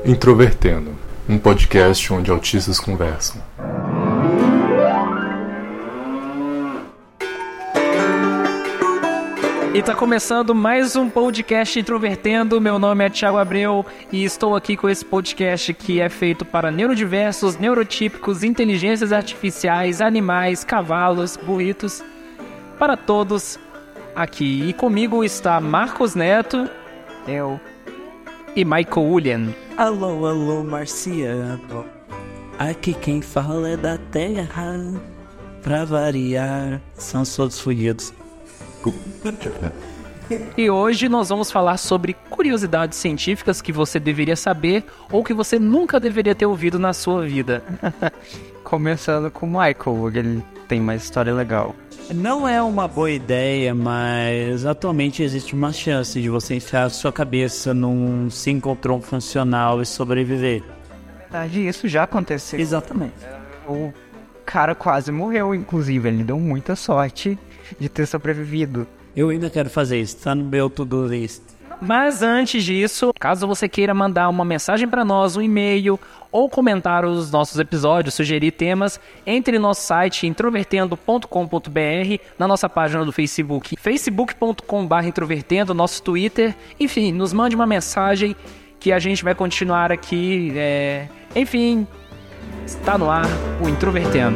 Introvertendo, um podcast onde autistas conversam. E tá começando mais um podcast Introvertendo. Meu nome é Thiago Abreu e estou aqui com esse podcast que é feito para neurodiversos, neurotípicos, inteligências artificiais, animais, cavalos, burritos, para todos aqui. E comigo está Marcos Neto, eu, e Michael Ulian. Alô, alô, marciano. Aqui quem fala é da Terra. Pra variar, são todos fugidos. E hoje nós vamos falar sobre curiosidades científicas que você deveria saber ou que você nunca deveria ter ouvido na sua vida. Começando com o Michael, ele tem mais história legal. Não é uma boa ideia, mas atualmente existe uma chance de você enfiar a sua cabeça num sincrotrão funcional e sobreviver. Na verdade, isso já aconteceu. Exatamente. O cara quase morreu, inclusive, ele deu muita sorte de ter sobrevivido. Eu ainda quero fazer isso, tá no meu to-do list. Mas antes disso, caso você queira mandar uma mensagem para nós, um e-mail ou comentar os nossos episódios, sugerir temas, entre no nosso site introvertendo.com.br, na nossa página do Facebook, facebook.com/introvertendo, nosso Twitter, enfim, nos mande uma mensagem que a gente vai continuar aqui, enfim, está no ar o Introvertendo.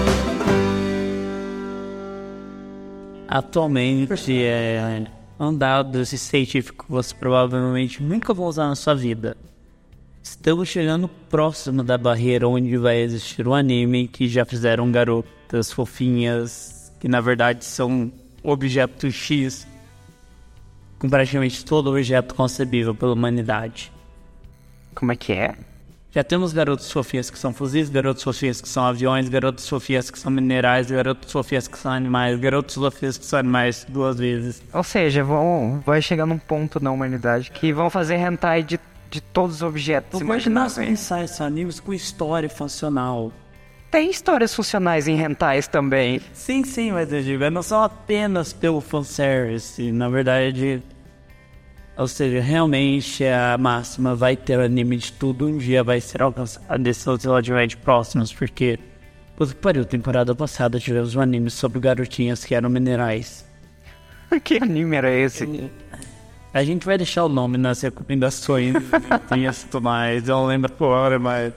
Atualmente, um dado científico que você provavelmente nunca vai usar na sua vida. Estamos chegando próximo da barreira onde vai existir um anime que já fizeram garotas fofinhas, que na verdade são objetos X, com praticamente todo objeto concebível pela humanidade. Como é que é? Já temos garotos fofinhas que são fuzis, garotos fofinhas que são aviões, garotos fofinhas que são minerais, garotos fofinhas que são animais, garotos fofinhas que são animais 2 vezes. Ou seja, vai chegar num ponto na humanidade que vão fazer hentai de todos os objetos. Imagina pensar esses animes com história funcional. Tem histórias funcionais em hentais também. Sim, mas eu digo, não são apenas pelo fanservice, na verdade. Ou seja, realmente a máxima vai ter anime de tudo, um dia vai ser alcançada desses relativamente próximos, porque, puta que pariu, temporada passada tivemos um anime sobre garotinhas que eram minerais. Que anime era esse? A gente vai deixar o nome nas recomendações, tem isso mais, eu não lembro agora, mas...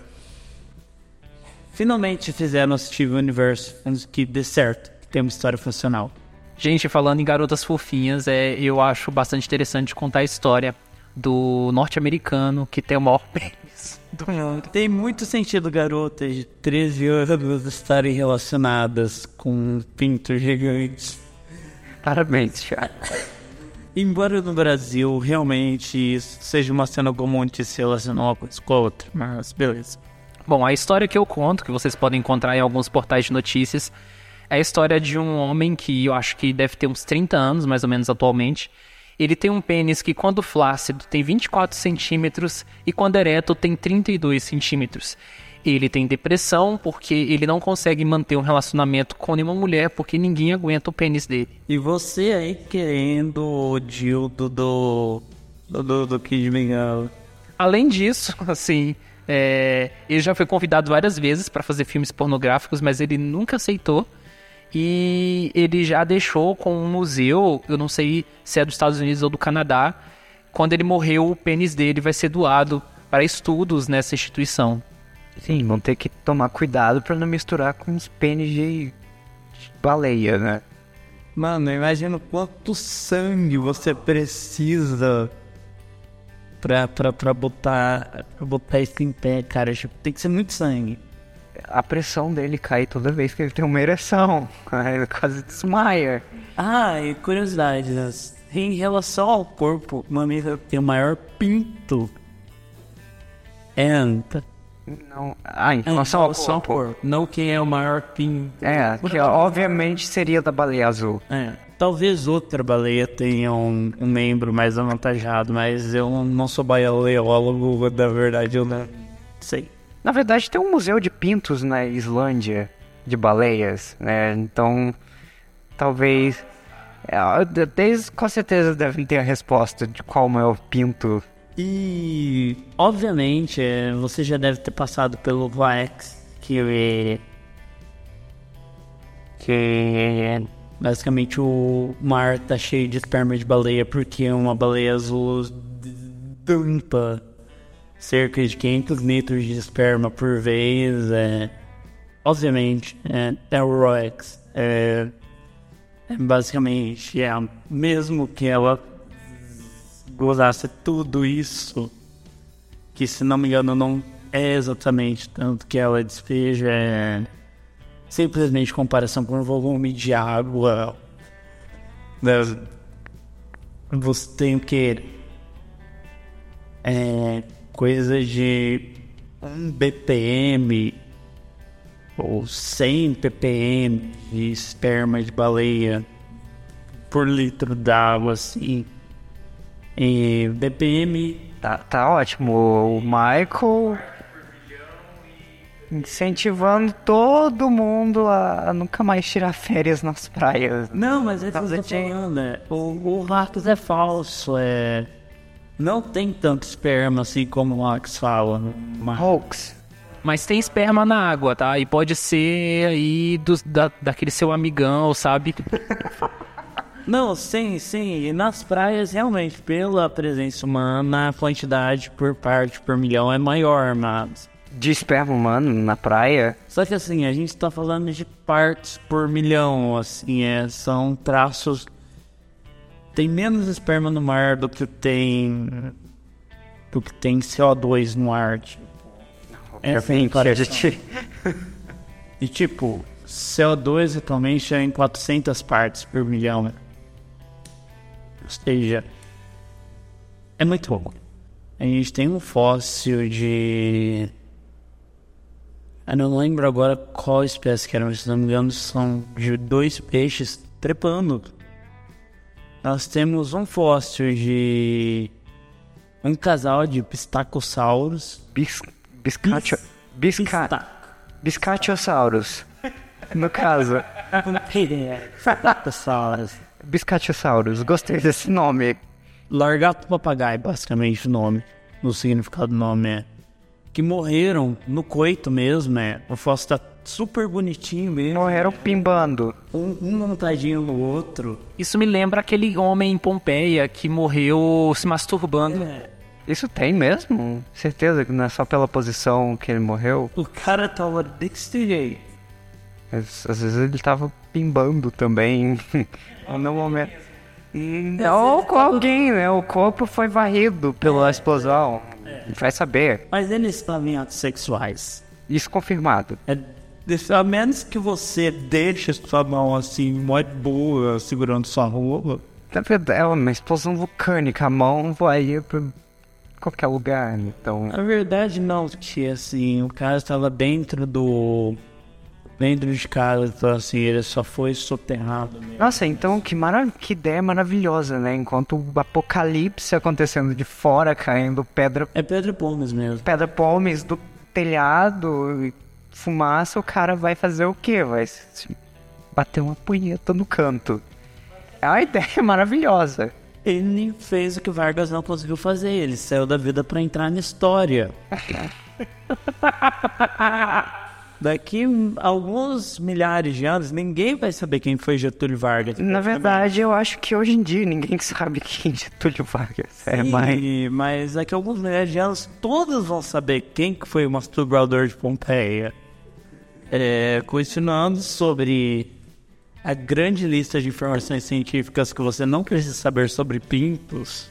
Finalmente fizeram o Steven Universe, que dê certo, que tem uma história funcional. Gente, falando em garotas fofinhas, eu acho bastante interessante contar a história do norte-americano que tem o maior pênis do mundo. Tem muito sentido garotas de 13 anos estarem relacionadas com pintos gigantes. Parabéns, Thiago. Embora no Brasil realmente isso seja uma cena comum de se relacionar uma coisa com a outra, mas beleza. Bom, a história que eu conto, que vocês podem encontrar em alguns portais de notícias, é a história de um homem que eu acho que deve ter uns 30 anos, mais ou menos atualmente. Ele tem um pênis que, quando flácido, tem 24 centímetros e, quando ereto, tem 32 centímetros. Ele tem depressão porque ele não consegue manter um relacionamento com nenhuma mulher porque ninguém aguenta o pênis dele. E você aí querendo o dildo do Kid Bengala. Além disso, assim, ele já foi convidado várias vezes para fazer filmes pornográficos, mas ele nunca aceitou. E ele já deixou com um museu, eu não sei se é dos Estados Unidos ou do Canadá, quando ele morreu, o pênis dele vai ser doado para estudos nessa instituição. Sim, vão ter que tomar cuidado pra não misturar com os pênis de baleia, né? Mano, imagina quanto sangue você precisa pra botar isso em pé, cara. Tem que ser muito sangue. A pressão dele cai toda vez que ele tem uma ereção. Ele quase desmaia. Ah, e curiosidade, né? Em relação ao corpo, uma amiga tem o maior pinto. Não. Em relação ao corpo. Não quem é o maior pinto. Que obviamente seria da baleia azul. Talvez outra baleia tenha um membro mais avantajado, mas eu não sou baleólogo, na verdade eu não sei. Na verdade tem um museu de pintos na Islândia, de baleias, né? Então, talvez... Eles com certeza devem ter a resposta de qual é o maior pinto E, obviamente, você já deve ter passado pelo VAX, que basicamente o mar tá cheio de esperma de baleia, porque uma baleia azul dumpa cerca de 500 litros de esperma por vez. Obviamente, é o ROX. Basicamente, mesmo que ela gozasse tudo isso, que se não me engano não é exatamente tanto que ela despeja, simplesmente comparação com o volume de água, você tem o que? Coisa de 1 BPM ou 100 ppm de esperma de baleia por litro d'água, assim. E BPM... Tá ótimo. O Michael incentivando todo mundo a nunca mais tirar férias nas praias. Não, mas é que eu tô falando, o Lactos é falso, não tem tanto esperma assim como o Lactos fala. Hoax. Mas tem esperma na água, tá? E pode ser aí daquele seu amigão, sabe? Não, sim. E nas praias, realmente, pela presença humana, a quantidade por parte por milhão é maior, mas... De esperma humano na praia? Só que assim, a gente tá falando de partes por milhão, assim, são traços... Tem menos esperma no mar do que tem CO2 no ar, tipo. E tipo, CO2 atualmente é em 400 partes por milhão, né? Ou seja, é muito pouco. A gente tem um fóssil de... Eu não lembro agora qual espécie que era, mas se não me engano são de 2 peixes trepando. Nós temos um fóssil de um casal de pistacossauros. Biscatiossauros. No caso. Biscatiossauros. Gostei desse nome. Largato papagaio, basicamente o nome. O significado do nome que morreram no coito mesmo, O fóssil tá super bonitinho mesmo. Morreram pimbando. Um montadinho no outro. Isso me lembra aquele homem em Pompeia que morreu se masturbando. Isso tem mesmo? Certeza que não é só pela posição que ele morreu? O cara tava desse jeito. Às vezes ele tava pimbando também. No momento. Ou com alguém, né? O corpo foi varrido pela explosão. Vai saber. Mas eles estavam em atos sexuais. Isso confirmado. A menos que você deixe sua mão assim, muito boa, segurando sua roupa. Na verdade, é uma explosão vulcânica. A mão vai pra qualquer lugar, então... Na verdade, não, que assim, o cara estava dentro de casa, então assim, ele só foi soterrado mesmo. Nossa, então que ideia maravilhosa, né? Enquanto o apocalipse acontecendo de fora, caindo pedra... É pedra pomes mesmo. Pedra pomes do telhado, fumaça, o cara vai fazer o quê? Vai bater uma punheta no canto. É uma ideia maravilhosa. Ele fez o que Vargas não conseguiu fazer, ele saiu da vida pra entrar na história. Daqui alguns milhares de anos, ninguém vai saber quem foi Getúlio Vargas. Na verdade, eu acho que hoje em dia ninguém sabe quem é Getúlio Vargas. Sim, mas daqui a alguns milhares de anos, todos vão saber quem que foi o masturbador de Pompeia. Continuando sobre a grande lista de informações científicas que você não precisa saber sobre pintos.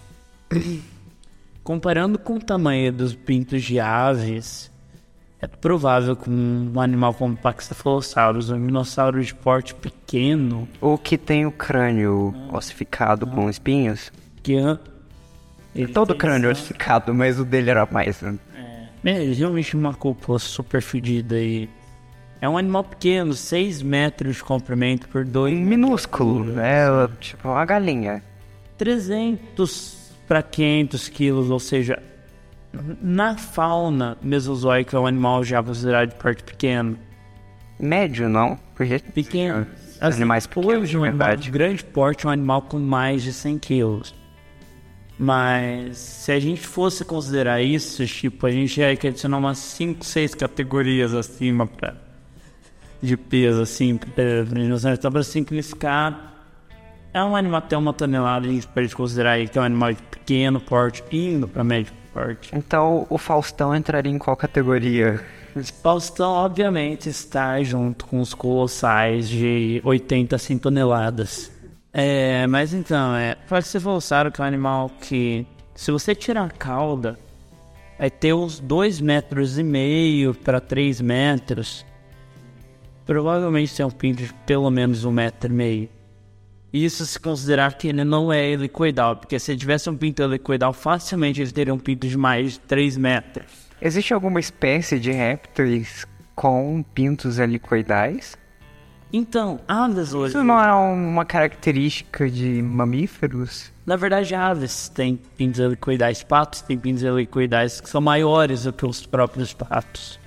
Comparando com o tamanho dos pintos de aves, é provável que um animal como o Paxiphilosaurus, um dinossauro de porte pequeno... Ou que tem o crânio ossificado com espinhos. Todo crânio ossificado, mas o dele era mais... Ele realmente uma cúpula super fedida e... É um animal pequeno, 6 metros de comprimento por 2... Minúsculo, tipo uma galinha. 300 para 500 quilos, ou seja... Na fauna mesozoica é um animal já considerado de porte pequeno. Médio, não? Porque pequeno. Animais pequenos, hoje, um animal de grande porte é um animal com mais de 100 quilos. Mas se a gente fosse considerar isso, tipo, a gente ia que adicionar umas 5, 6 categorias acima de peso, assim, então para simplificar, é um animal até 1 tonelada, a gente pode considerar aí que é um animal de pequeno porte, indo para médio porte. Então o Faustão entraria em qual categoria? O Faustão, obviamente, está junto com os colossais de 80 a 100 toneladas. Mas então, pode ser falsário, que é um animal que, se você tirar a cauda, vai ter uns 2,5 metros para 3 metros. Provavelmente tem um pinto de pelo menos 1,5 metro. Isso se considerar que ele não é helicoidal, porque se ele tivesse um pinto helicoidal, facilmente ele teria um pinto de mais de 3 metros. Existe alguma espécie de répteis com pintos helicoidais? Então, aves hoje... Isso não é uma característica de mamíferos? Na verdade, aves têm pintos helicoidais, patos têm pintos helicoidais que são maiores do que os próprios patos.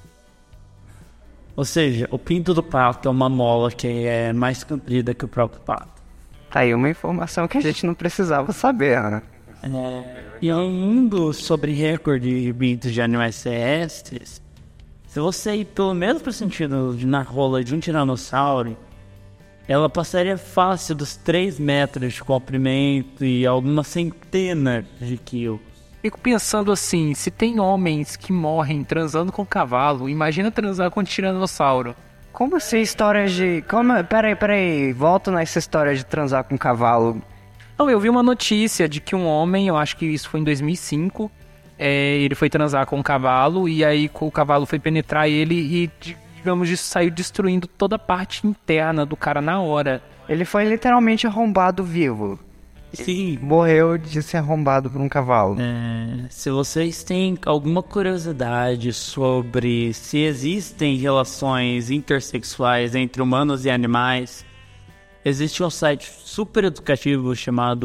Ou seja, o pinto do pato é uma mola que é mais comprida que o próprio pato. Tá aí uma informação que a gente não precisava saber, né? E indo sobre recorde de pintos de animais terrestres, se você ir pelo mesmo sentido na rola de um tiranossauro, ela passaria fácil dos 3 metros de comprimento e algumas centenas de quilos. Fico pensando assim, se tem homens que morrem transando com cavalo, imagina transar com um tiranossauro. Como assim histórias de... Peraí, volto nessa história de transar com cavalo. Não, eu vi uma notícia de que um homem, eu acho que isso foi em 2005, ele foi transar com um cavalo e aí o cavalo foi penetrar ele e, digamos, saiu destruindo toda a parte interna do cara na hora. Ele foi literalmente arrombado vivo. Sim. Morreu de ser arrombado por um cavalo. Se vocês têm alguma curiosidade sobre se existem relações intersexuais entre humanos e animais, existe um site super educativo chamado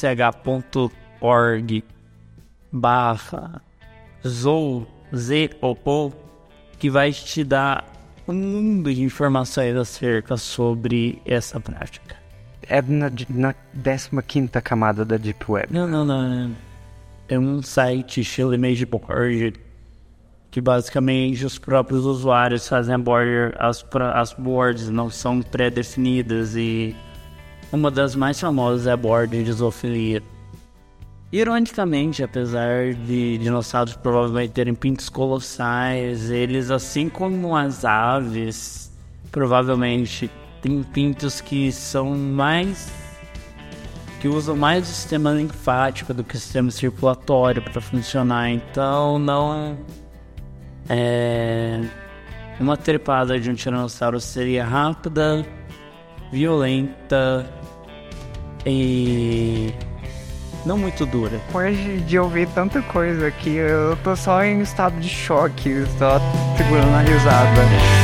8ch.org/ZOPO, que vai te dar um mundo de informações acerca sobre essa prática. É na 15ª camada da Deep Web. Não. É um site estilo image board, que basicamente os próprios usuários fazem as boards, não são pré-definidas, e uma das mais famosas é a board de zoofilia. Ironicamente, apesar de dinossauros provavelmente terem pintos colossais, eles, assim como as aves, provavelmente têm pintos que são que usam mais o sistema linfático do que o sistema circulatório para funcionar. Então, não uma trepada de um tiranossauro seria rápida, violenta e não muito dura. Depois de ouvir tanta coisa aqui, eu tô só em estado de choque, só segurando a risada.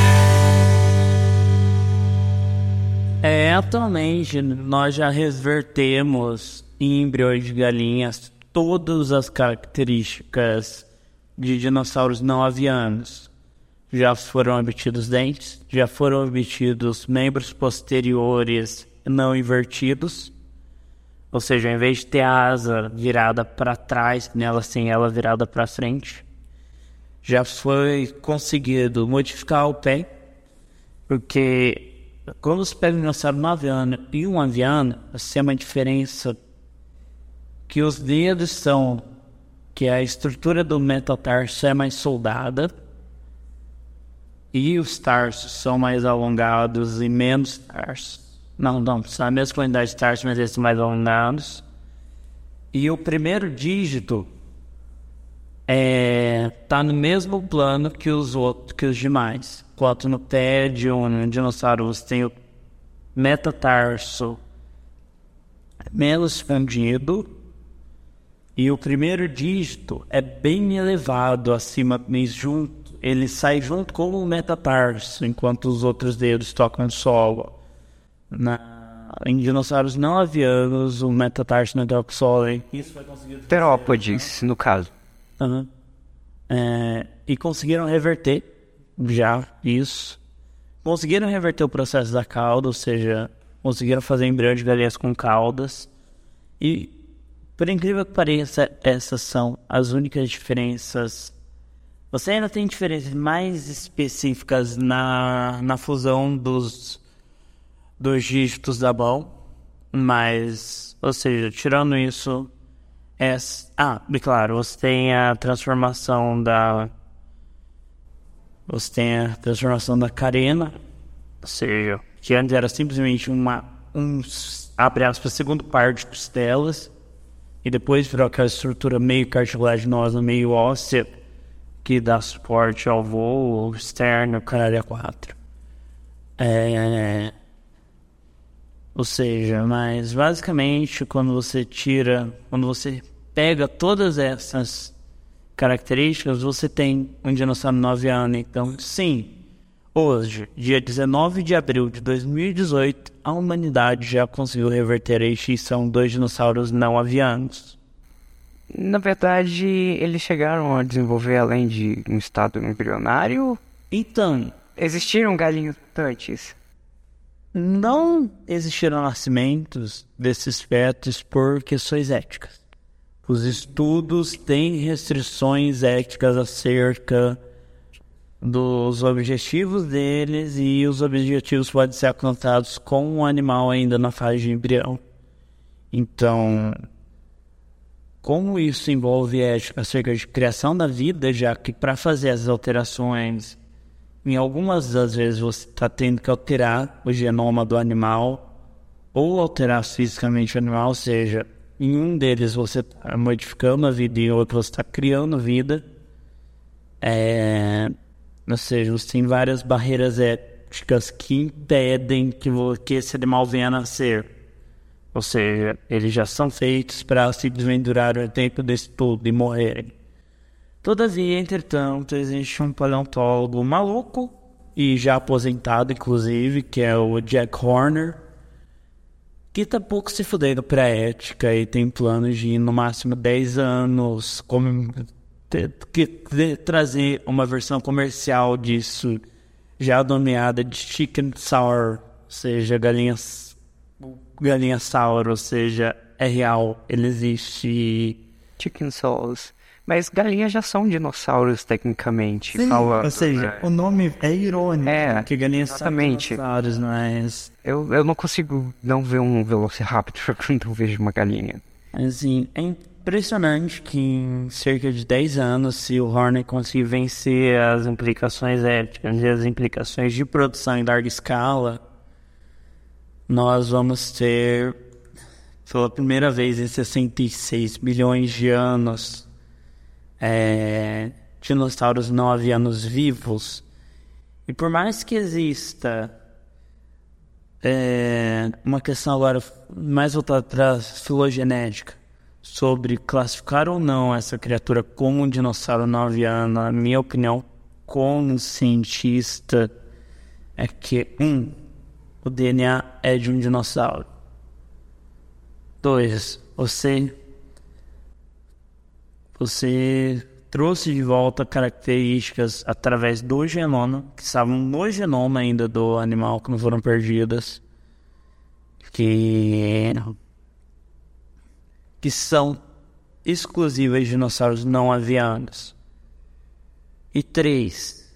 Atualmente nós já revertemos em embriões de galinhas todas as características de dinossauros não avianos. Já foram obtidos dentes, já foram obtidos membros posteriores não invertidos, ou seja, ao invés de ter a asa virada para trás, nelas tem ela virada para frente. Já foi conseguido modificar o pé, porque quando você pega um dinossauro não aviano e um aviano, você tem uma diferença que os dedos são, que a estrutura do metatarso é mais soldada e os tarsos são mais alongados e menos tarsos. Não, são a mesma quantidade de tarsos, mas eles são mais alongados. E o primeiro dígito tá no mesmo plano que os demais. Enquanto no pé de um dinossauro você tem o metatarso menos expandido e o primeiro dígito é bem elevado acima, ele sai junto com o metatarso, enquanto os outros dedos tocam o solo. Em dinossauros não avianos, o metatarso não toca o solo. Isso foi conseguido. Terópodes, no caso. E conseguiram reverter já isso. Conseguiram reverter o processo da cauda, ou seja, conseguiram fazer embrião de galinhas com caudas. E Por incrível que pareça, essas são as únicas diferenças. Você ainda tem diferenças mais específicas na fusão dos dígitos da mão, mas, ou seja, tirando isso, e claro, você tem a transformação da carena, ou seja, que antes era simplesmente abre aspas, segundo par de costelas, e depois virou aquela estrutura meio cartilaginosa, meio óssea, que dá suporte ao voo externo, caralho, 4. Ou seja, mas basicamente quando você pega todas essas características, você tem um dinossauro 9 anos. Então, sim, hoje, dia 19 de abril de 2018, a humanidade já conseguiu reverter a extinção dos dinossauros não avianos. Na verdade, eles chegaram a desenvolver além de um estado embrionário? Então, existiram galinhas mutantes? Não existiram nascimentos desses fetos por questões éticas. Os estudos têm restrições éticas acerca dos objetivos deles, e os objetivos podem ser alcançados com um animal ainda na fase de embrião. Então, como isso envolve ética acerca de criação da vida, já que para fazer as alterações, em algumas das vezes você está tendo que alterar o genoma do animal ou alterar fisicamente o animal, ou seja, em um deles você está modificando a vida e em outro você está criando vida. Ou seja, você tem várias barreiras éticas que impedem que esse animal venha a nascer. Ou seja, eles já são feitos para simplesmente durar o tempo desse tudo e morrerem. Todavia, entretanto, existe um paleontólogo maluco e já aposentado, inclusive, que é o Jack Horner, que tá pouco se fudendo pra ética e tem planos de, no máximo, 10 anos, trazer uma versão comercial disso, já nomeada de Chicken Sour, ou seja, galinha sour, ou seja, é real, ele existe. Chicken Souls. Mas galinhas já são dinossauros, tecnicamente. Sim, ou seja, o nome é irônico. Que galinhas exatamente. São dinossauros, mas... Eu não consigo não ver um Velociraptor quando eu vejo uma galinha. Assim, é impressionante que em cerca de 10 anos, se o Horner conseguir vencer as implicações éticas e as implicações de produção em larga escala, nós vamos ter, pela primeira vez em 66 milhões de anos, dinossauros não avianos vivos. E por mais que exista uma questão agora mais voltada para a filogenética sobre classificar ou não essa criatura como um dinossauro não aviano, na minha opinião, como cientista, é que o DNA é de um dinossauro. 2, você trouxe de volta características através do genoma, que estavam no genoma ainda do animal, que não foram perdidas, que são exclusivas de dinossauros não avianos. E 3,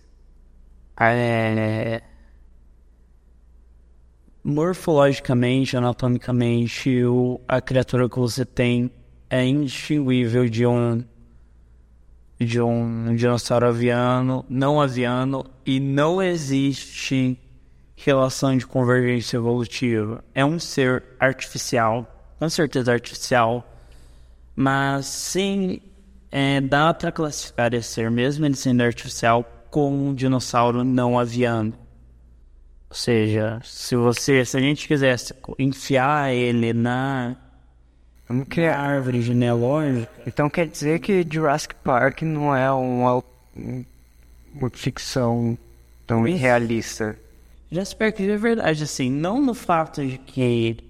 morfologicamente, anatomicamente, a criatura que você tem é indistinguível de um dinossauro aviano, não aviano, e não existe relação de convergência evolutiva. É um ser artificial, com certeza artificial, mas sim, dá para classificar esse ser, mesmo ele sendo artificial, como um dinossauro não aviano. Ou seja, se a gente quisesse enfiar ele na árvore genealógica... Então quer dizer que Jurassic Park não é uma ficção tão irrealista? Jurassic Park é verdade, assim, não no fato de que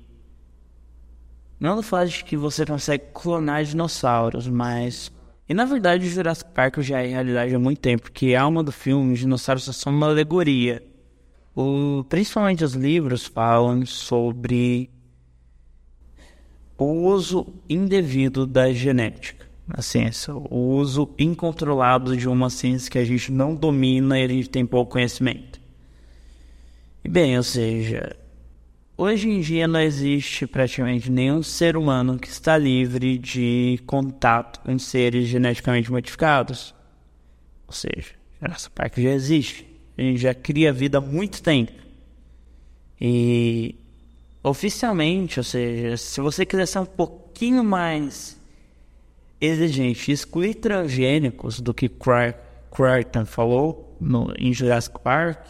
você consegue clonar dinossauros, mas... E na verdade o Jurassic Park já é realidade há muito tempo, porque a alma do filme, os dinossauros só são uma alegoria. Principalmente os livros falam sobre o uso indevido da genética na ciência, o uso incontrolado de uma ciência que a gente não domina e a gente tem pouco conhecimento. E bem, ou seja, hoje em dia não existe praticamente nenhum ser humano que está livre de contato com seres geneticamente modificados. Ou seja, Jurassic Park já existe. A gente já cria vida há muito tempo. E oficialmente, ou seja, se você quiser ser um pouquinho mais exigente, excluir transgênicos do que Crichton falou em Jurassic Park,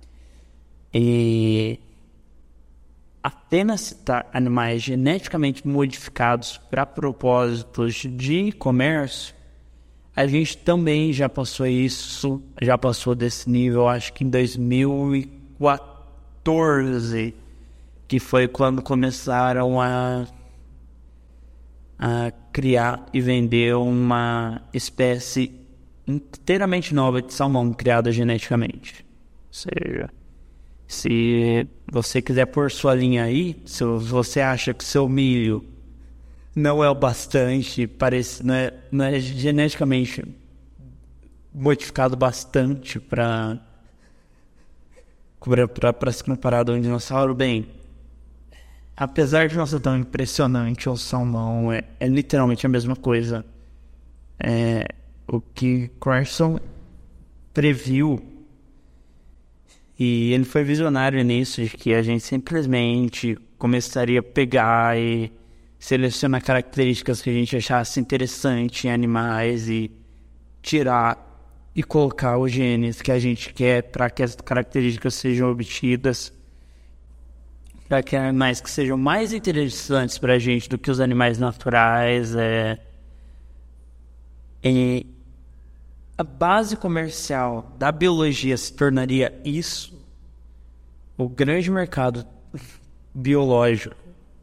e apenas citar animais geneticamente modificados para propósitos de comércio, a gente também já passou isso, já passou desse nível, acho que em 2014, que foi quando começaram a criar e vender uma espécie inteiramente nova de salmão criada geneticamente. Ou seja, se você quiser pôr sua linha aí, se você acha que seu milho não é o bastante, não é geneticamente modificado bastante para se comparar a um dinossauro, bem, apesar de não ser tão impressionante, o salmão é literalmente a mesma coisa. O que Crichton previu, e ele foi visionário nisso, de que a gente simplesmente começaria a pegar e selecionar características que a gente achasse interessante em animais e tirar e colocar os genes que a gente quer para que as características sejam obtidas, para que animais que sejam mais interessantes para a gente do que os animais naturais. E a base comercial da biologia se tornaria isso. O grande mercado biológico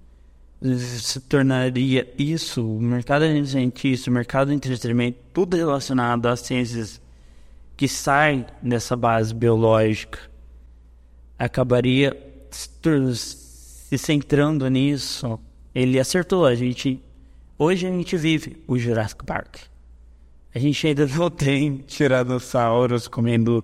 se tornaria isso. O mercado científico, o mercado do entretenimento, tudo relacionado às ciências que saem dessa base biológica, acabaria se centrando nisso. Ele acertou. Hoje a gente vive o Jurassic Park. A gente ainda não tem tiranossauros comendo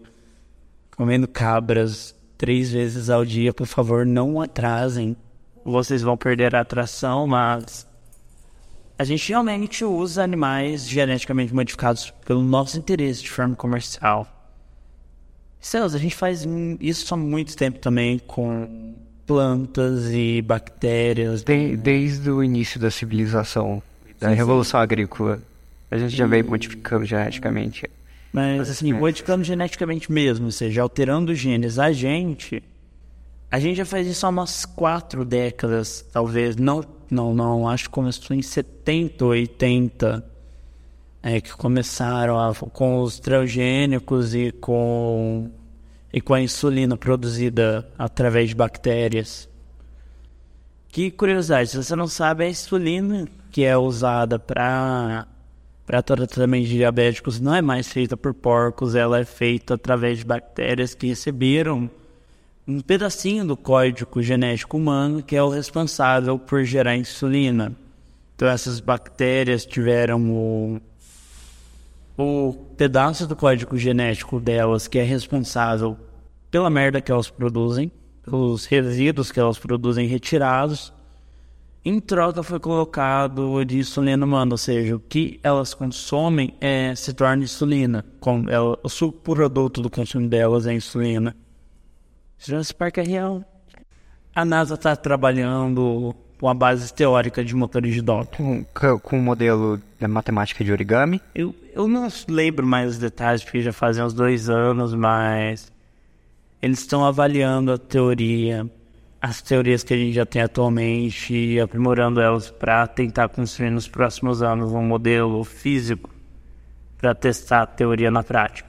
cabras 3 vezes ao dia. Por favor, não atrasem. Vocês vão perder a atração, mas a gente realmente usa animais geneticamente modificados pelo nosso interesse de forma comercial. Celso, a gente faz isso há muito tempo também com plantas e bactérias. Desde o início da civilização, da Revolução Agrícola, a gente já veio modificando geneticamente. Mas assim, modificando geneticamente mesmo, ou seja, alterando os genes. A gente já faz isso há umas 4 décadas, talvez. Não, acho que começou em 70, 80, que começaram com os transgênicos e com a insulina produzida através de bactérias. Que curiosidade, se você não sabe, a insulina que é usada para tratamento de diabéticos não é mais feita por porcos, ela é feita através de bactérias que receberam um pedacinho do código genético humano que é o responsável por gerar insulina. Então essas bactérias tiveram o pedaço do código genético delas que é responsável pela merda que elas produzem, pelos resíduos que elas produzem retirados. Em troca foi colocado de insulina humana, ou seja, o que elas consomem se torna insulina. O subproduto do consumo delas é insulina. Jurassic Park é real. A NASA está trabalhando com a base teórica de motores de Doppler. Com o modelo da matemática de origami. Eu não lembro mais os detalhes, porque já fazem uns 2 anos, mas eles estão avaliando as teorias que a gente já tem atualmente e aprimorando elas para tentar construir nos próximos anos um modelo físico para testar a teoria na prática.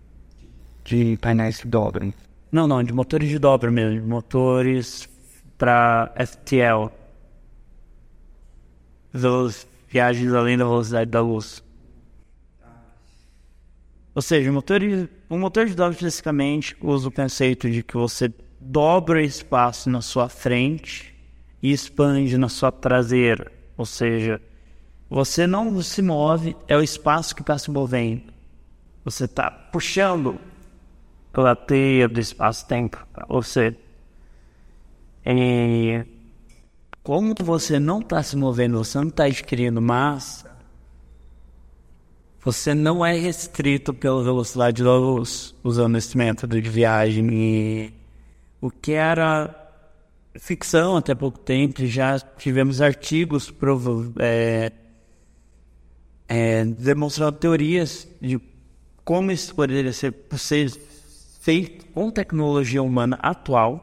De painéis que dobram. Não, de motores de dobra mesmo, de motores para FTL, viagens além da velocidade da luz. Ou seja, o motor de dobra especificamente usa o conceito de que você dobra o espaço na sua frente e expande na sua traseira. Ou seja, você não se move, é o espaço que está se movendo. Você está puxando pela teia do espaço-tempo para você. E como você não está se movendo, você não está adquirindo massa, você não é restrito pela velocidade da luz usando esse método de viagem. E o que era ficção até pouco tempo, já tivemos artigos demonstrando teorias de como isso poderia ser feito com tecnologia humana atual.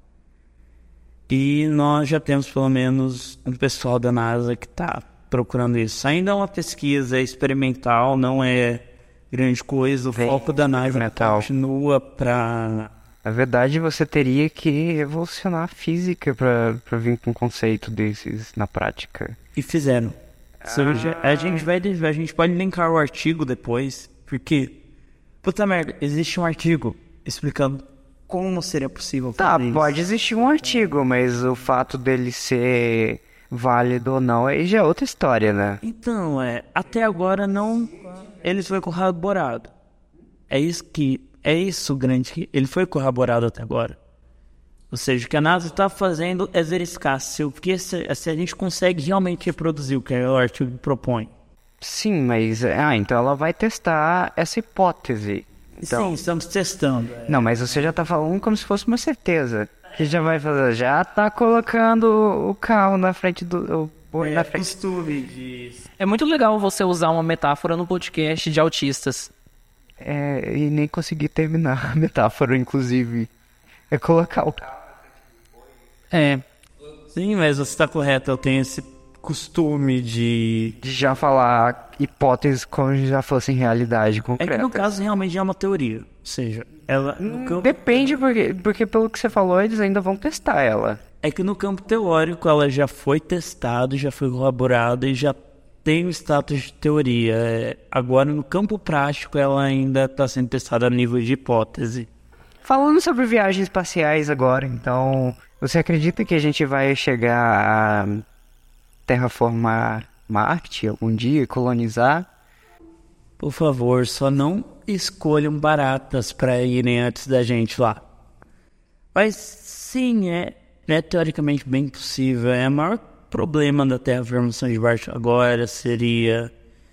E nós já temos pelo menos um pessoal da NASA que está procurando isso. Ainda é uma pesquisa experimental, não é grande coisa. O foco da NASA continua para... Na verdade, você teria que evolucionar a física para vir com um conceito desses na prática. E fizeram. A gente pode linkar o artigo depois, porque... Puta merda, existe um artigo explicando como seria possível fazer isso. Pode existir um artigo, mas o fato dele ser válido ou não, aí já é outra história, né? Então, até agora não... Ele foi corroborado. É isso grande. Ele foi corroborado até agora. Ou seja, o que a NASA está fazendo é verificar se a gente consegue realmente reproduzir o que o artigo propõe. Sim, mas... então ela vai testar essa hipótese. Então... Sim, estamos testando. Não, mas você já tá falando como se fosse uma certeza. Que já vai fazer... Já tá colocando o carro na frente do... na frente. Costume de... É muito legal você usar uma metáfora no podcast de autistas. E nem consegui terminar a metáfora, inclusive. É colocar o carro. Sim, mas você está correto. Eu tenho esse costume de já falar hipóteses como se já fossem realidade concreta. É que no caso realmente é uma teoria. Ou seja, ela... no campo... Depende, porque pelo que você falou, eles ainda vão testar ela. É que no campo teórico ela já foi testada, já foi corroborada e já tem o status de teoria. Agora no campo prático ela ainda está sendo testada a nível de hipótese. Falando sobre viagens espaciais agora, então, você acredita que a gente vai chegar a terraformar Marte algum dia, colonizar? Por favor, só não escolham baratas para irem antes da gente lá. Mas sim, é teoricamente bem possível. O maior problema da terraformação de Marte agora seria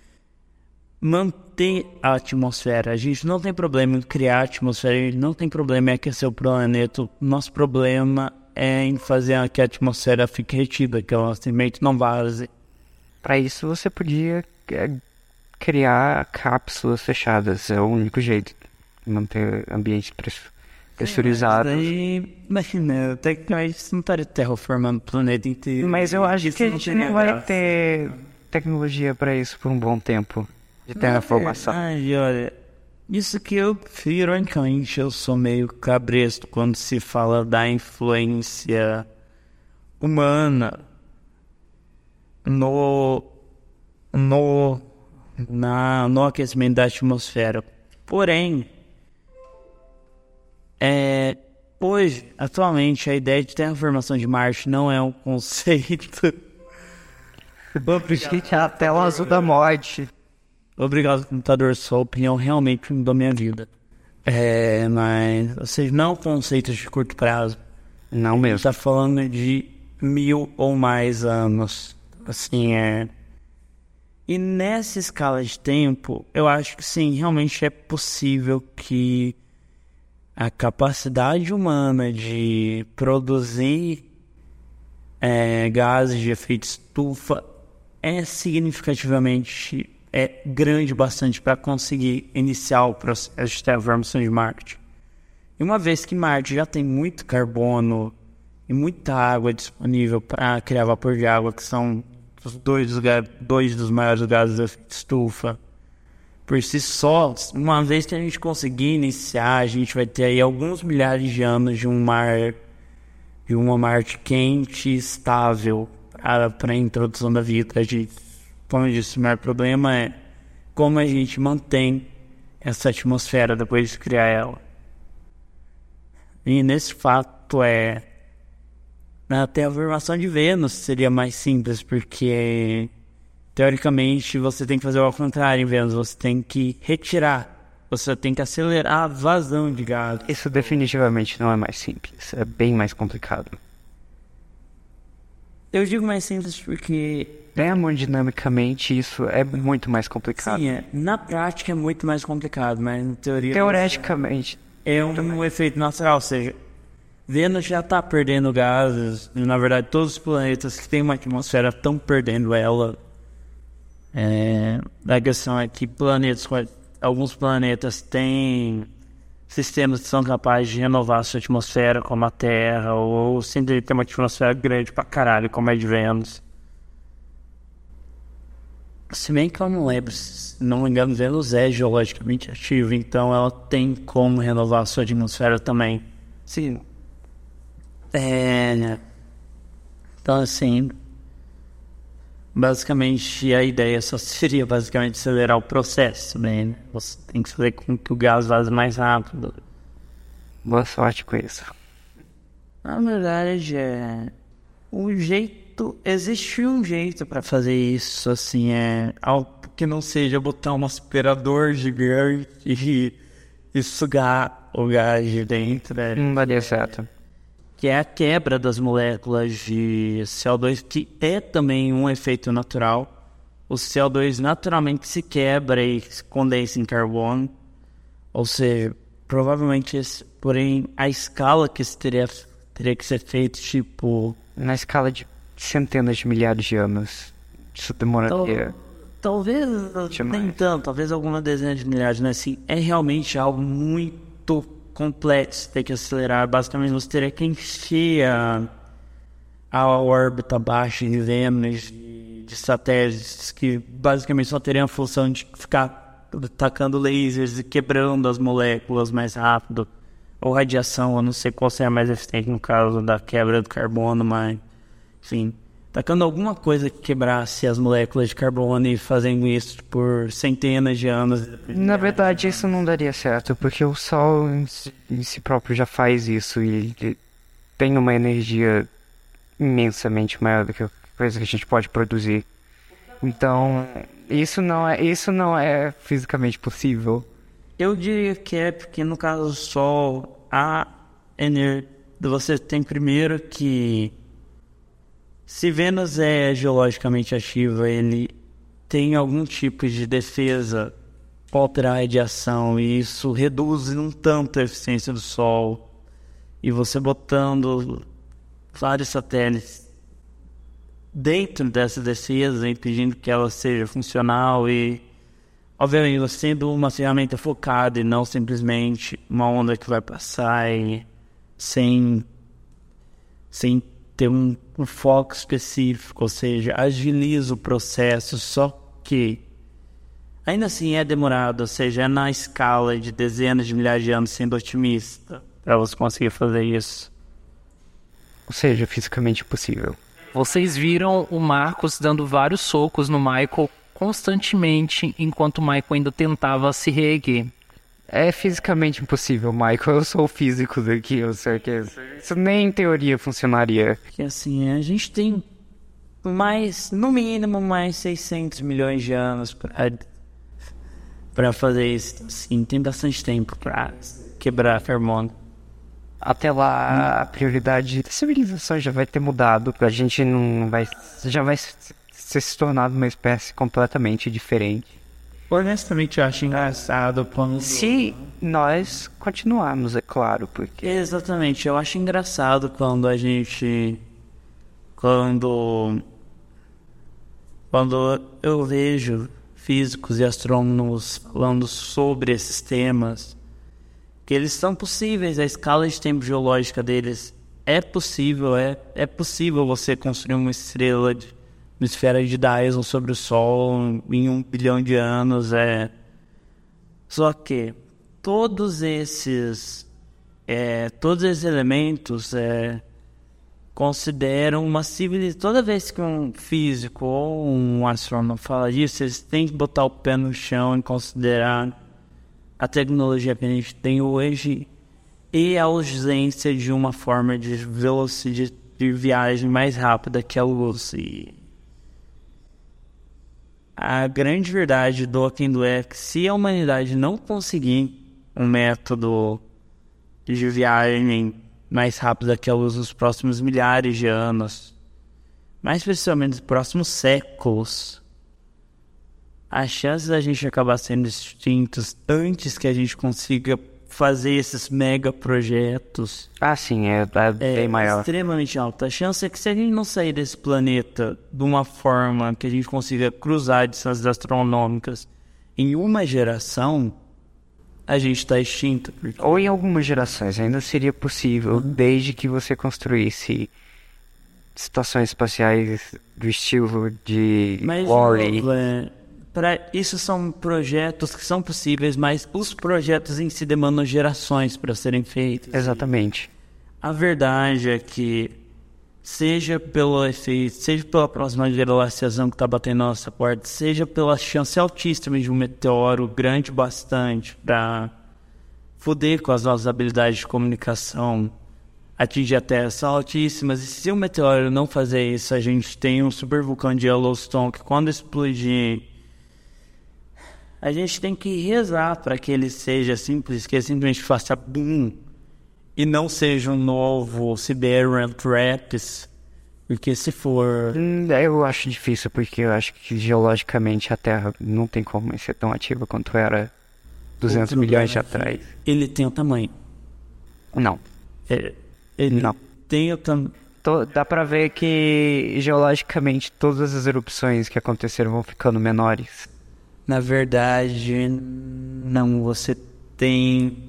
manter a atmosfera. A gente não tem problema em criar a atmosfera, a gente não tem problema em aquecer o planeta. O nosso problema é em fazer que a atmosfera fique retida, que o cimento não vaze. Para isso você podia criar cápsulas fechadas, é o único jeito de manter ambiente pressurizado. Imagina, tecnicamente você não estaria terraformando o planeta inteiro. Mas eu acho que a gente não vai ter tecnologia para isso por um bom tempo de terraformação. Olha, isso que eu ironicamente eu sou meio cabresto quando se fala da influência humana no aquecimento da atmosfera. Porém, hoje, atualmente, a ideia de terraformação de Marte não é um conceito. A tela azul da morte. Obrigado, computador, sua opinião realmente mudou minha vida. Mas, ou seja, não conceitos de curto prazo. Não mesmo. Está falando de 1000 ou mais anos. Assim, E nessa escala de tempo, eu acho que sim, realmente é possível que a capacidade humana de produzir gases de efeito estufa é significativamente grande bastante para conseguir iniciar o processo de terraformação de Marte. E uma vez que Marte já tem muito carbono e muita água disponível para criar vapor de água, que são os dois dos maiores gases de efeito estufa, por si só, uma vez que a gente conseguir iniciar, a gente vai ter aí alguns milhares de anos de uma Marte quente e estável para a introdução da vida. Como eu disse, o maior problema é como a gente mantém essa atmosfera depois de criar ela. E nesse fato Até a formação de Vênus seria mais simples, porque teoricamente você tem que fazer ao contrário em Vênus, você tem que retirar, você tem que acelerar a vazão de gás. Isso definitivamente não é mais simples, é bem mais complicado. Eu digo mais simples porque... Termodinamicamente isso é muito mais complicado. Sim, na prática é muito mais complicado, mas na teoria... Teoreticamente. É um efeito natural, ou seja, Vênus já está perdendo gases, e, na verdade todos os planetas que têm uma atmosfera estão perdendo ela. A questão é que alguns planetas têm sistemas que são capazes de renovar a sua atmosfera, como a Terra, ou simplesmente ter uma atmosfera grande pra caralho, como é de Vênus. Se bem que eu não lembro, se não me engano, Vênus é geologicamente ativa, então ela tem como renovar a sua atmosfera também. Sim. Então, assim, basicamente a ideia só seria basicamente acelerar o processo, né? Você tem que fazer com que o gás vaze mais rápido. Boa sorte com isso. Na verdade, existe um jeito para fazer isso, assim, algo que não seja botar um aspirador gigante e sugar o gás de dentro, né? Não daria certo. Que é a quebra das moléculas de CO2, que é também um efeito natural. O CO2 naturalmente se quebra e se condensa em carbono, ou seja, provavelmente, porém, a escala que isso teria que ser feito, tipo... Na escala de centenas de milhares de anos, isso demoraria... Talvez nem tanto, talvez algumas dezenas de milhares, né? Assim, é realmente algo muito complexo, ter que acelerar. Basicamente, você teria que encher a órbita baixa de Vênus de satélites que basicamente só teriam a função de ficar tacando lasers e quebrando as moléculas mais rápido. Ou radiação, eu não sei qual seria mais eficiente no caso da quebra do carbono, mas enfim, tacando alguma coisa que quebrasse as moléculas de carbono e fazendo isso por centenas de anos. Na verdade, isso não daria certo, porque o Sol em si próprio já faz isso e ele tem uma energia imensamente maior do que a coisa que a gente pode produzir. Então, isso não é fisicamente possível. Eu diria que é porque no caso do Sol, você tem primeiro que se Vênus é geologicamente ativa, ele tem algum tipo de defesa contra a radiação e isso reduz um tanto a eficiência do Sol. E você botando vários satélites dentro dessa defesa, impedindo que ela seja funcional e, obviamente, sendo uma ferramenta focada e não simplesmente uma onda que vai passar e sem ter um foco específico, ou seja, agiliza o processo, só que ainda assim é demorado, ou seja, é na escala de dezenas de milhares de anos, sendo otimista, para você conseguir fazer isso. Ou seja, fisicamente impossível. Vocês viram o Marcos dando vários socos no Michael constantemente, enquanto o Michael ainda tentava se reerguer. É fisicamente impossível, Michael. Eu sou o físico daqui, eu sei que isso nem em teoria funcionaria. Que assim, a gente tem no mínimo mais 600 milhões de anos para fazer isso. Assim, tem bastante tempo para quebrar carbono. Até lá, a prioridade da civilização já vai ter mudado. A gente já vai se tornado uma espécie completamente diferente. Honestamente, eu acho engraçado quando... Se nós continuarmos, é claro, porque... Exatamente, eu acho engraçado quando a gente... Quando eu vejo físicos e astrônomos falando sobre esses temas, que eles são possíveis, a escala de tempo geológica deles é possível, é possível você construir uma estrela uma esfera de Dyson sobre o Sol em 1 bilhão de anos. Só que todos esses elementos consideram uma civilização. Toda vez que um físico ou um astrônomo fala disso, eles têm que botar o pé no chão e considerar a tecnologia que a gente tem hoje e a ausência de uma forma de de viagem mais rápida que a luz. E a grande verdade do Oquendo é que se a humanidade não conseguir um método de viagem mais rápida que a luz nos próximos milhares de anos, mais precisamente nos próximos séculos, a chance da gente acabar sendo extintos antes que a gente consiga fazer esses mega projetos sim, é bem maior. Extremamente alta. A chance é que se a gente não sair desse planeta de uma forma que a gente consiga cruzar distâncias astronômicas em uma geração, a gente está extinto. Ou em algumas gerações ainda seria possível, desde que você construísse estações espaciais do estilo de Wall-E. Isso são projetos que são possíveis, mas os projetos em si demandam gerações para serem feitos. Exatamente. A verdade é que, seja pelo efeito, seja pela próxima glaciação que está batendo na nossa porta, seja pela chance altíssima de um meteoro grande bastante para foder com as nossas habilidades de comunicação, atingir a Terra, são altíssimas. E se o meteoro não fazer isso, a gente tem um supervulcão de Yellowstone que, quando explodir, a gente tem que rezar para que ele seja simples, que ele simplesmente faça boom e não seja um novo Siberian Traps, porque se for... Eu acho difícil, porque eu acho que geologicamente a Terra não tem como ser tão ativa quanto era 200 milhões de atrás. Ele tem o tamanho. Não. Ele não. Tem o tamanho. Dá pra ver que geologicamente todas as erupções que aconteceram vão ficando menores. Na verdade, não. Você tem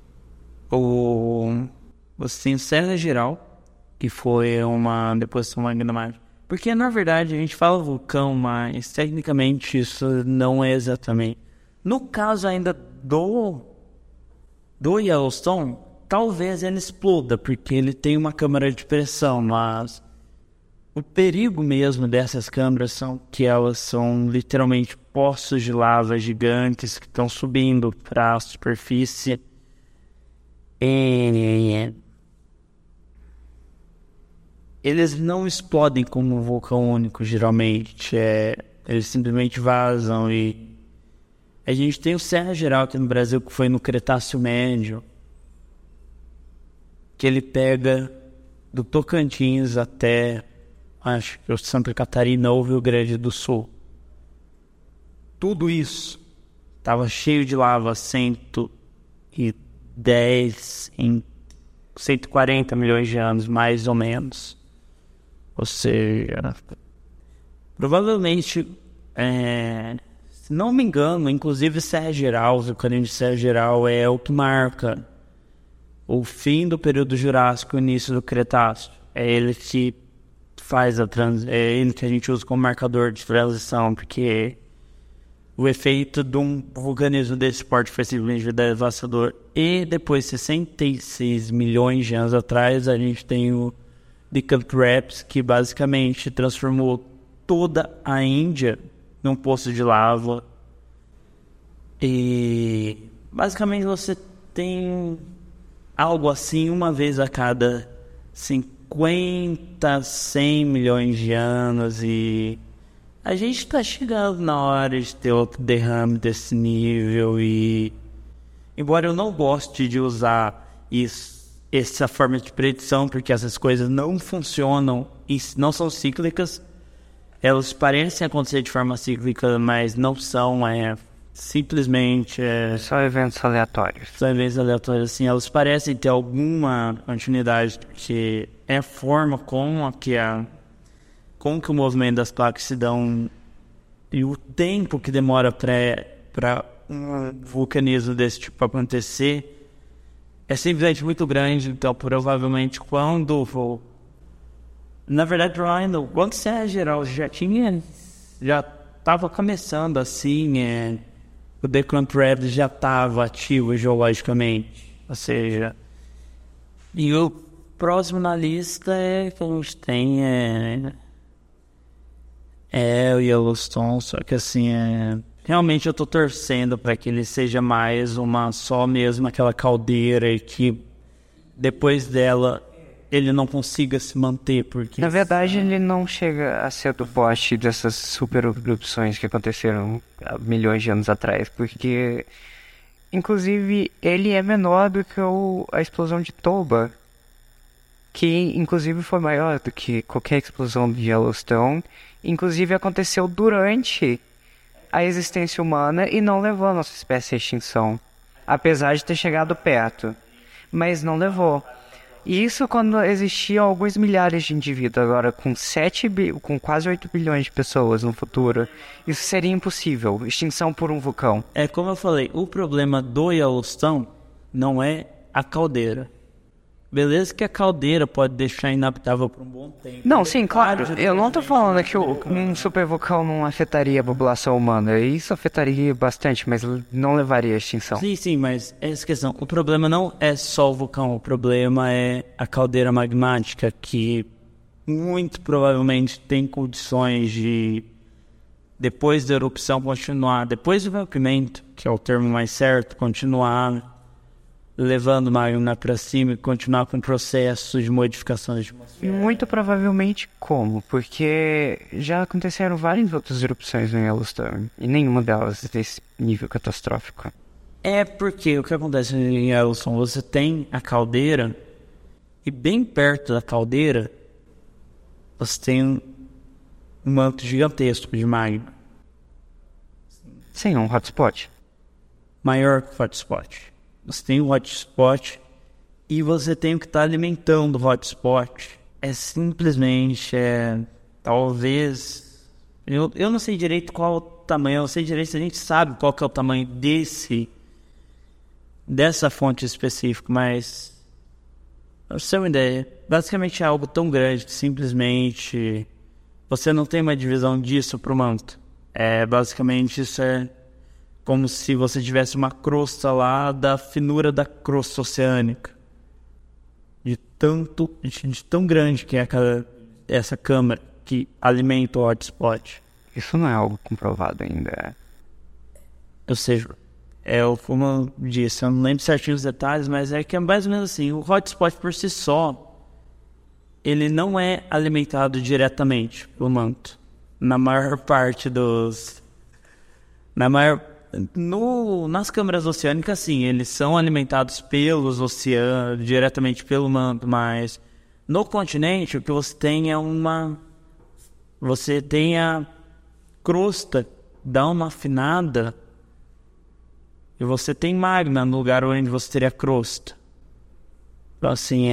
o Serra Geral, que foi uma deposição magmática. Porque, na verdade, a gente fala vulcão, mas tecnicamente isso não é exatamente. No caso ainda do Yellowstone, talvez ele exploda, porque ele tem uma câmara de pressão, mas o perigo mesmo dessas câmaras são que elas são literalmente poços de lava gigantes que estão subindo para a superfície. Eles não explodem como um vulcão único, geralmente. Eles simplesmente vazam. E a gente tem o Serra Geral aqui no Brasil, que foi no Cretáceo Médio, que ele pega do Tocantins até, acho que o Santa Catarina ou Rio Grande do Sul. Tudo isso estava cheio de lava, 110 em 140 milhões de anos, mais ou menos. Ou seja, provavelmente, se não me engano, inclusive Serra Geral, o vulcanismo de Serra Geral é o que marca o fim do período Jurássico e o início do Cretáceo. É ele que faz é ele que a gente usa como marcador de transição, porque o efeito de um vulcanismo desse porte foi simplesmente devastador. E depois, 66 milhões de anos atrás, a gente tem o Deccan Traps, que basicamente transformou toda a Índia num poço de lava. E basicamente você tem algo assim uma vez a cada 50, 100 milhões de anos, e a gente está chegando na hora de ter outro derrame desse nível. E embora eu não goste de usar essa forma de predição, porque essas coisas não funcionam e não são cíclicas, elas parecem acontecer de forma cíclica, mas não são, simplesmente só eventos aleatórios. Só eventos aleatórios, assim. Elas parecem ter alguma continuidade, porque é a forma com que o movimento das placas se dão e o tempo que demora para um vulcanismo desse tipo acontecer é simplesmente muito grande. Então, provavelmente, quando Serra Geral já estava começando assim, o Deccan Traps já estava ativo geologicamente, ou seja, e o próximo na lista que a gente tem o Yellowstone, só que assim, realmente eu tô torcendo para que ele seja mais só mesmo aquela caldeira, e que depois dela ele não consiga se manter, porque... Na verdade, ele não chega a ser do porte dessas super erupções que aconteceram há milhões de anos atrás, porque, inclusive, ele é menor do que a explosão de Toba, que, inclusive, foi maior do que qualquer explosão de Yellowstone, inclusive aconteceu durante a existência humana e não levou a nossa espécie à extinção, apesar de ter chegado perto, mas não levou. E isso quando existiam alguns milhares de indivíduos. Agora, com quase 8 bilhões de pessoas no futuro, isso seria impossível. Extinção por um vulcão. É como eu falei, o problema do Yellowstone não é a caldeira. Beleza que a caldeira pode deixar inabitável por um bom tempo. Não, sim, claro. Eu não tô falando que um supervulcão não afetaria a população humana. Isso afetaria bastante, mas não levaria à extinção. Sim, mas essa questão. O problema não é só o vulcão. O problema é a caldeira magmática, que muito provavelmente tem condições de, depois da erupção, continuar. Depois do rompimento, que é o termo mais certo, continuar levando magma para cima e continuar com processos de modificação da atmosfera. Muito provavelmente como? Porque já aconteceram várias outras erupções no Yellowstone e nenhuma delas desse nível catastrófico. É porque o que acontece em Yellowstone, você tem a caldeira e bem perto da caldeira você tem um manto gigantesco de magma. Sim, um hotspot. Maior que o hotspot. Você tem o hotspot e você tem o que está alimentando o hotspot. É simplesmente, talvez... Eu não sei direito qual o tamanho, eu não sei direito se a gente sabe qual que é o tamanho dessa fonte específica, mas... Pra você ter uma ideia, basicamente é algo tão grande que simplesmente você não tem uma divisão disso para o manto. Basicamente isso é como se você tivesse uma crosta lá da finura da crosta oceânica. De tão grande que é essa câmara que alimenta o hotspot. Isso não é algo comprovado ainda. Ou seja, como eu disse, eu não lembro certinho os detalhes, mas é que é mais ou menos assim, o hotspot por si só, ele não é alimentado diretamente pelo manto. Na maior parte nas câmaras oceânicas, sim, eles são alimentados pelos oceanos, diretamente pelo manto, mas no continente o que você tem você tem a crosta, dá uma afinada, e você tem magma no lugar onde você teria crosta. Então, assim,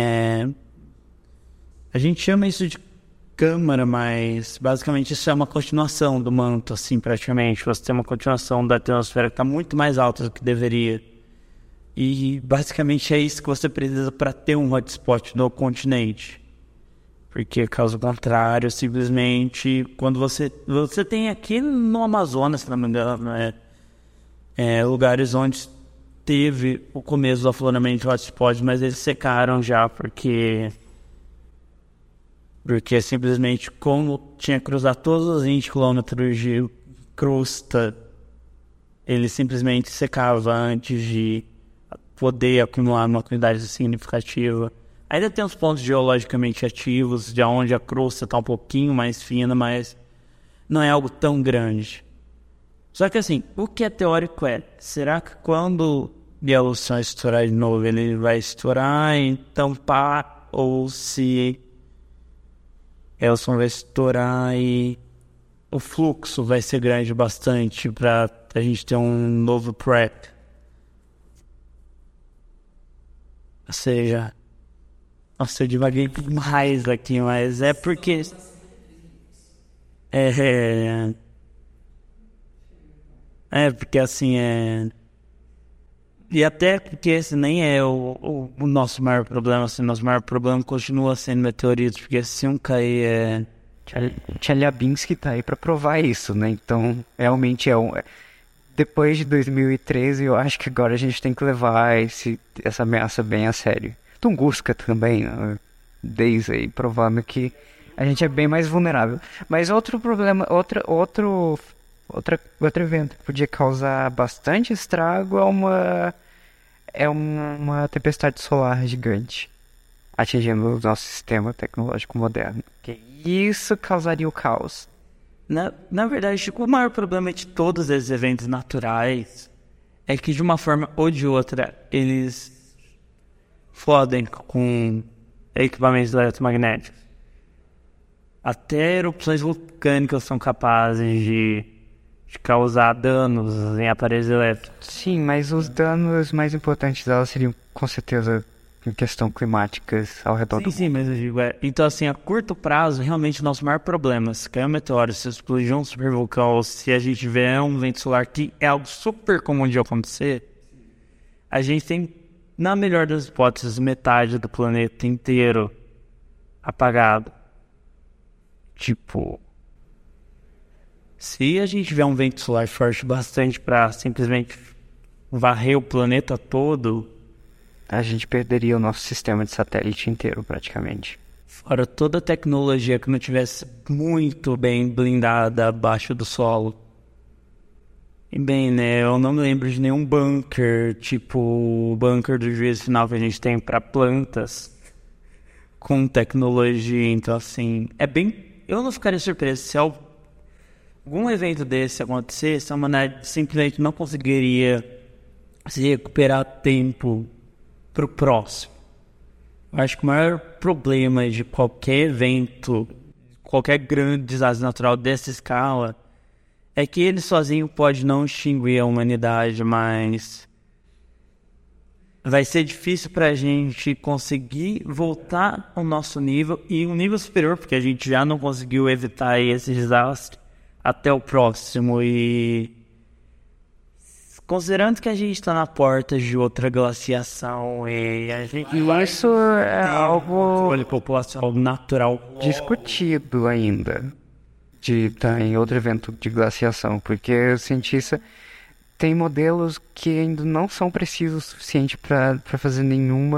a gente chama isso de câmara, mas basicamente isso é uma continuação do manto, assim, praticamente. Você tem uma continuação da atmosfera que está muito mais alta do que deveria. E basicamente é isso que você precisa para ter um hotspot no continente. Porque, caso contrário, simplesmente, quando você tem aqui no Amazonas, se não me engano, lugares onde teve o começo do afloramento de hotspot, mas eles secaram já, porque simplesmente, como tinha que cruzar todos os 20 quilômetros de crosta, ele simplesmente secava antes de poder acumular uma quantidade significativa. Ainda tem os pontos geologicamente ativos, de onde a crosta está um pouquinho mais fina, mas não é algo tão grande. Só que assim, o que é teórico será que quando Yellowstone estourar de novo, ele vai estourar e tampar, ou se Yellowstone vai estourar e o fluxo vai ser grande bastante para a gente ter um novo prep? Ou seja, nossa, eu divaguei demais aqui, mas é porque porque assim e até porque esse nem é o nosso maior problema, assim, nosso maior problema continua sendo meteoritos, porque se um cair Chelyabinsk tá aí pra provar isso, né? Então, realmente depois de 2013, eu acho que agora a gente tem que levar essa ameaça bem a sério. Tunguska também, né? Desde aí, provando que a gente é bem mais vulnerável. Mas outro problema, outro evento que podia causar bastante estrago é uma tempestade solar gigante. atingindo o nosso sistema tecnológico moderno. Que isso causaria o caos. Na verdade, o maior problema de todos esses eventos naturais é que, de uma forma ou de outra, eles fodem com equipamentos eletromagnéticos. Até erupções vulcânicas são capazes de causar danos em aparelhos elétricos. Sim, mas os danos mais importantes delas seriam, com certeza, em questão climáticas ao redor do mundo. Sim, mas eu digo, então assim, a curto prazo, realmente o nosso maior problema, se cair um meteoro, se explodir um supervulcão, ou se a gente tiver um vento solar, que é algo super comum de acontecer, a gente tem, na melhor das hipóteses, metade do planeta inteiro apagado. Tipo, se a gente tiver um vento solar forte bastante para simplesmente varrer o planeta todo, a gente perderia o nosso sistema de satélite inteiro, praticamente. Fora toda a tecnologia que não tivesse muito bem blindada abaixo do solo. E bem, né, eu não me lembro de nenhum bunker, tipo o bunker do juízo final que a gente tem para plantas, com tecnologia. Então, assim, é bem... Eu não ficaria surpreso se algum evento desse acontecesse, a humanidade simplesmente não conseguiria se recuperar a tempo pro próximo. Eu acho que o maior problema de qualquer evento, qualquer grande desastre natural dessa escala, é que ele sozinho pode não extinguir a humanidade, mas vai ser difícil pra gente conseguir voltar ao nosso nível e um nível superior, porque a gente já não conseguiu evitar esse desastre até o próximo. E considerando que a gente está na porta de outra glaciação e a gente... Isso é algo populacional natural discutido ainda, de estar em outro evento de glaciação, porque o cientista tem modelos que ainda não são precisos o suficiente para fazer nenhuma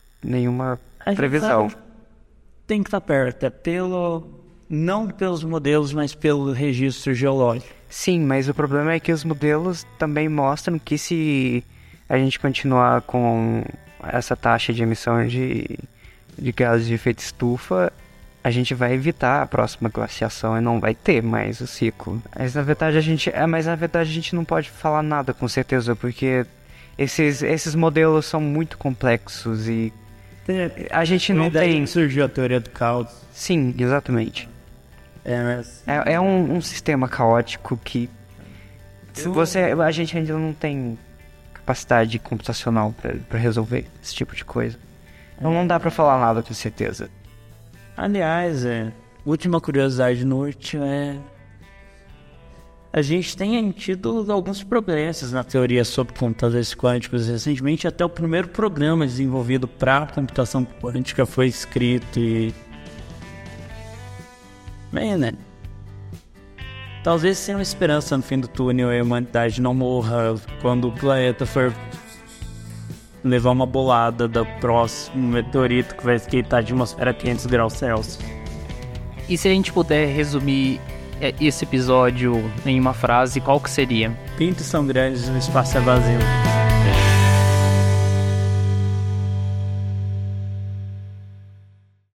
previsão. Tem que estar perto, não pelos modelos, mas pelo registro geológico. Sim, mas o problema é que os modelos também mostram que se a gente continuar com essa taxa de emissão de gases de efeito estufa, a gente vai evitar a próxima glaciação e não vai ter mais o ciclo. Mas na verdade a gente não pode falar nada com certeza, porque esses modelos são muito complexos e a gente não tem... Surgiu a teoria do caos. Sim, exatamente. É um sistema caótico que a gente ainda não tem capacidade computacional para resolver esse tipo de coisa. Então não dá para falar nada com certeza. Aliás, última curiosidade inútil a gente tem tido alguns progressos na teoria sobre computadores quânticos. Recentemente, até o primeiro programa desenvolvido para computação quântica foi escrito e... Bem, né? Talvez tenha uma esperança no fim do túnel e a humanidade não morra quando o planeta for levar uma bolada do próximo meteorito que vai esquentar a atmosfera a 500 graus Celsius. E se a gente puder resumir esse episódio em uma frase, qual que seria? Pintos são grandes, o espaço é vazio.